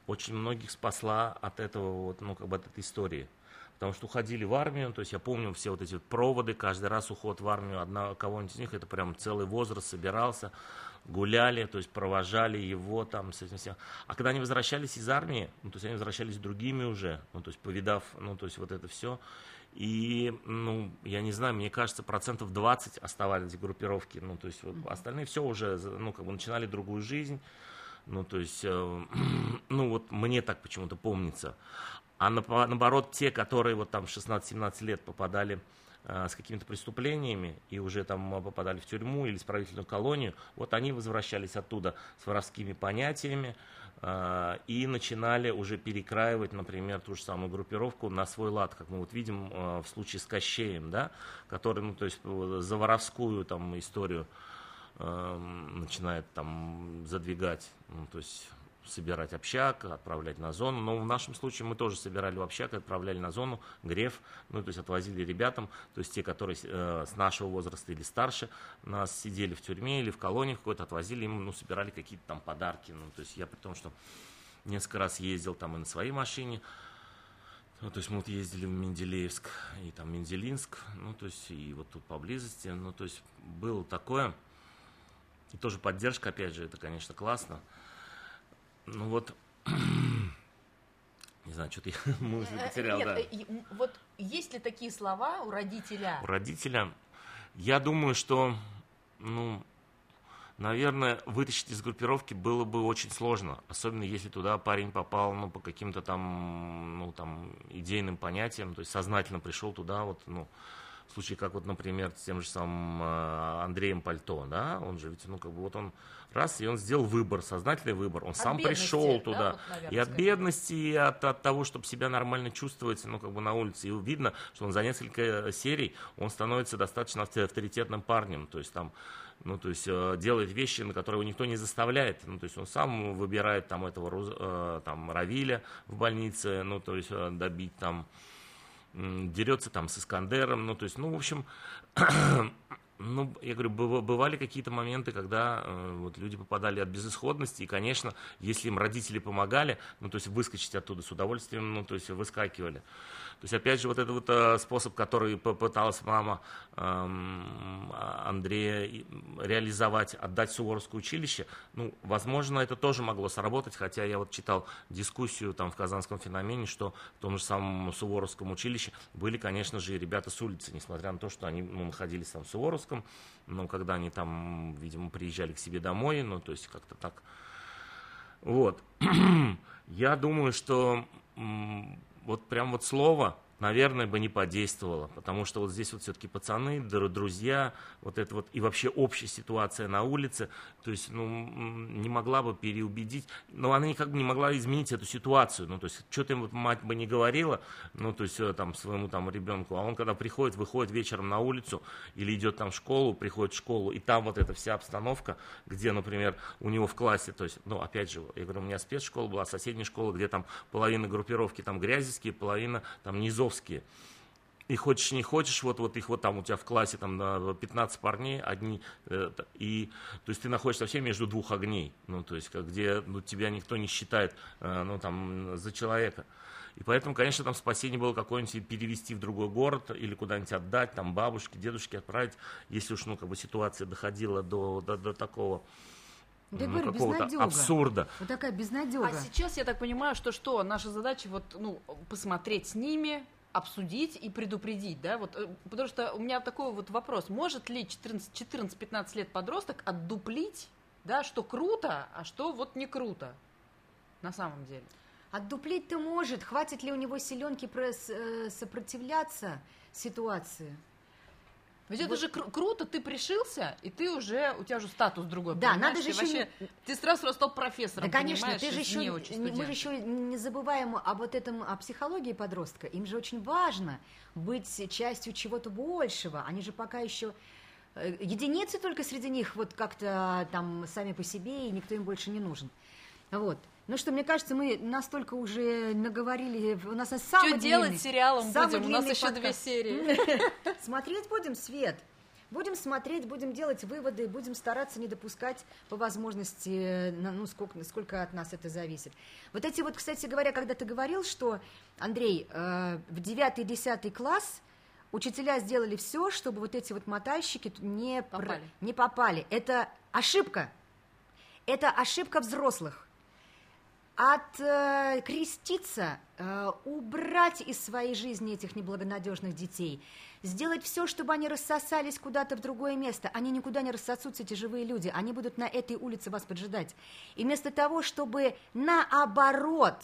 очень многих спасла от этого, вот, ну, как бы от этой истории. Потому что уходили в армию, то есть я помню все вот эти вот проводы, каждый раз уход в армию, одна, кого-нибудь из них, это прям целый возраст собирался, гуляли, то есть провожали его там с этим всем. А когда они возвращались из армии, ну, то есть они возвращались другими уже, ну, то есть повидав, ну, то есть вот это все. И, ну, я не знаю, мне кажется, процентов двадцать оставались группировки, ну, то есть вот, остальные все уже, ну, как бы начинали другую жизнь, ну, то есть, э, ну, вот мне так почему-то помнится. А наоборот, те, которые вот там шестнадцать-семнадцать лет попадали э, с какими-то преступлениями и уже там попадали в тюрьму или исправительную колонию, вот они возвращались оттуда с воровскими понятиями э, и начинали уже перекраивать, например, ту же самую группировку на свой лад, как мы вот видим э, в случае с Кощеем, да, который, ну, то есть за воровскую там историю э, начинает там задвигать, ну, то есть собирать общак, отправлять на зону. Но в нашем случае мы тоже собирали в общак, отправляли на зону, Греф, ну, то есть отвозили ребятам, то есть те, которые э, с нашего возраста или старше, нас сидели в тюрьме или в колонии какой-то, отвозили им, ну, собирали какие-то там подарки. Ну, то есть я при том, что несколько раз ездил там и на своей машине, ну, то есть мы вот ездили в Менделеевск и там Мензелинск, ну, то есть и вот тут поблизости, ну, то есть было такое. И тоже поддержка, опять же, это, конечно, классно. Ну вот, не знаю, что-то я мысли потерял, Нет, да. Вот есть ли такие слова у родителя? У родителя, я думаю, что, ну, наверное, вытащить из группировки было бы очень сложно, особенно если туда парень попал, ну, по каким-то там, ну, там, идейным понятиям, то есть сознательно пришел туда, вот, ну, в случае, как вот, например, с тем же самым Андреем Пальто, да, он же ведь, ну, как бы вот он раз, и он сделал выбор, сознательный выбор, он от сам бедности, пришел туда, да, вот, наверное, и от скорее. бедности, и от, от того, чтобы себя нормально чувствовать, ну, как бы на улице, и видно, что он за несколько серий, он становится достаточно авторитетным парнем, то есть там, ну, то есть делает вещи, на которые его никто не заставляет, ну, то есть он сам выбирает там этого, там, Равиля в больнице, ну, то есть добить там, дерется там с Искандером, ну, то есть, ну, в общем, ну, я говорю, бывали какие-то моменты, когда э, вот люди попадали от безысходности, и, конечно, если им родители помогали, ну, то есть выскочить оттуда с удовольствием, ну, то есть выскакивали. То есть, опять же, вот этот вот э, способ, который попыталась мама э, Андрея реализовать, отдать в Суворовское училище, ну, возможно, это тоже могло сработать, хотя я вот читал дискуссию там в Казанском феномене, что в том же самом Суворовском училище были, конечно же, и ребята с улицы, несмотря на то, что они, ну, находились там в Суворовском, но когда они там, видимо, приезжали к себе домой, ну, то есть как-то так. Вот. Я думаю, что вот прям вот слово, наверное, бы не подействовало, потому что вот здесь вот все-таки пацаны, друзья, вот это вот и вообще общая ситуация на улице, то есть, ну, не могла бы переубедить, но она никак бы не могла изменить эту ситуацию, ну, то есть, что-то им вот мать бы не говорила, ну, то есть, там, своему там ребенку, а он когда приходит, выходит вечером на улицу или идет там в школу, приходит в школу, и там вот эта вся обстановка, где, например, у него в классе, то есть, ну, опять же, я говорю, у меня спецшкола была, соседняя школа, где там половина группировки там грязевские, половина там низовские. И хочешь не хочешь, вот, вот их вот там у тебя в классе там пятнадцать парней, одни, э, и то есть ты находишься вообще между двух огней, ну, то есть где, ну, тебя никто не считает, э, ну, там, за человека. И поэтому, конечно, там спасение было какое-нибудь перевести в другой город или куда-нибудь отдать, там, бабушке, дедушке отправить, если уж, ну, как бы ситуация доходила до, до, до такого, да, ну, говорю, какого-то безнадега. абсурда. Вот такая безнадега. А сейчас я так понимаю, что что, наша задача вот, ну, посмотреть с ними, обсудить и предупредить, да, вот, потому что у меня такой вот вопрос, может ли четырнадцать-пятнадцать лет подросток отдуплить, да, что круто, а что вот не круто на самом деле? Отдуплить-то может, хватит ли у него силенки сопротивляться ситуации? Ведь вот. Это же кру- круто, ты пришился, и ты уже, у тебя уже статус другой. Да, надо же ты еще... Вообще, ты сразу стал профессором, да, конечно, ты же еще, мы же еще не забываем об вот этом, о психологии подростка. Им же очень важно быть частью чего-то большего. Они же пока еще... Единицы только среди них вот как-то там сами по себе, и никто им больше не нужен. Вот. Ну что, мне кажется, мы настолько уже наговорили, у нас самый Что длинный, делать с сериалом будем? У нас еще подкаст. две серии. Смотреть будем, Свет. Будем смотреть, будем делать выводы, будем стараться не допускать по возможности, ну, сколько, сколько от нас это зависит. Вот эти вот, кстати говоря, когда ты говорил, что, Андрей, э, в девятый-десятый класс учителя сделали все, чтобы вот эти вот мотальщики не попали. Про, не попали. Это ошибка. Это ошибка взрослых. Откреститься, э, убрать из своей жизни этих неблагонадежных детей, сделать все, чтобы они рассосались куда-то в другое место. Они никуда не рассосутся, эти живые люди, они будут на этой улице вас поджидать. И вместо того, чтобы наоборот,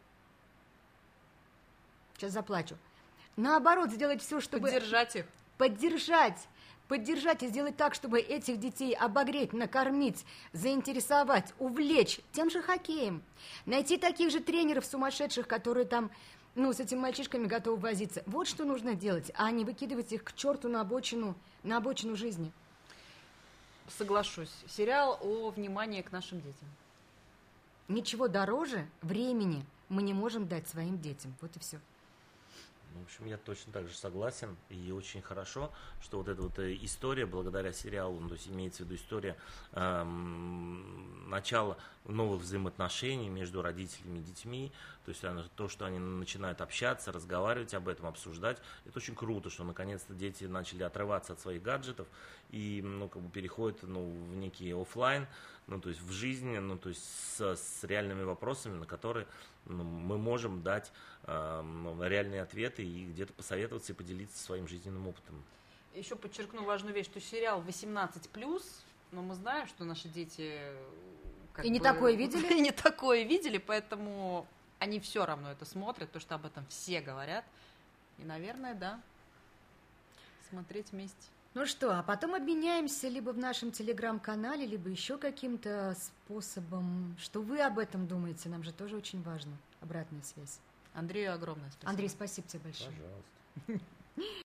сейчас заплачу, наоборот сделать все, чтобы... Поддержать их. Поддержать. Поддержать и сделать так, чтобы этих детей обогреть, накормить, заинтересовать, увлечь тем же хоккеем. Найти таких же тренеров сумасшедших, которые там, ну, с этими мальчишками готовы возиться. Вот что нужно делать, а не выкидывать их к черту на обочину, на обочину жизни. Соглашусь. Сериал о внимании к нашим детям. Ничего дороже времени мы не можем дать своим детям. Вот и все. В общем, я точно так же согласен, и очень хорошо, что вот эта вот история, благодаря сериалу, ну, то есть имеется в виду история эм, начала новых взаимоотношений между родителями и детьми, то есть она, то, что они начинают общаться, разговаривать об этом, обсуждать, это очень круто, что наконец-то дети начали отрываться от своих гаджетов и, ну, как бы переходят, ну, в некий офлайн, ну, то есть в жизни, ну, то есть с, с реальными вопросами, на которые, ну, мы можем дать э, ну, реальные ответы и где-то посоветоваться и поделиться своим жизненным опытом. Еще подчеркну важную вещь, что сериал восемнадцать плюс, но мы знаем, что наши дети... Как и бы, не такое видели? И не такое видели, поэтому они все равно это смотрят, потому что об этом все говорят. И, наверное, да, смотреть вместе. Ну что, а потом обменяемся либо в нашем телеграм-канале, либо еще каким-то способом. Что вы об этом думаете? Нам же тоже очень важно. Обратная связь. Андрею огромное спасибо. Андрей, спасибо тебе большое. Пожалуйста.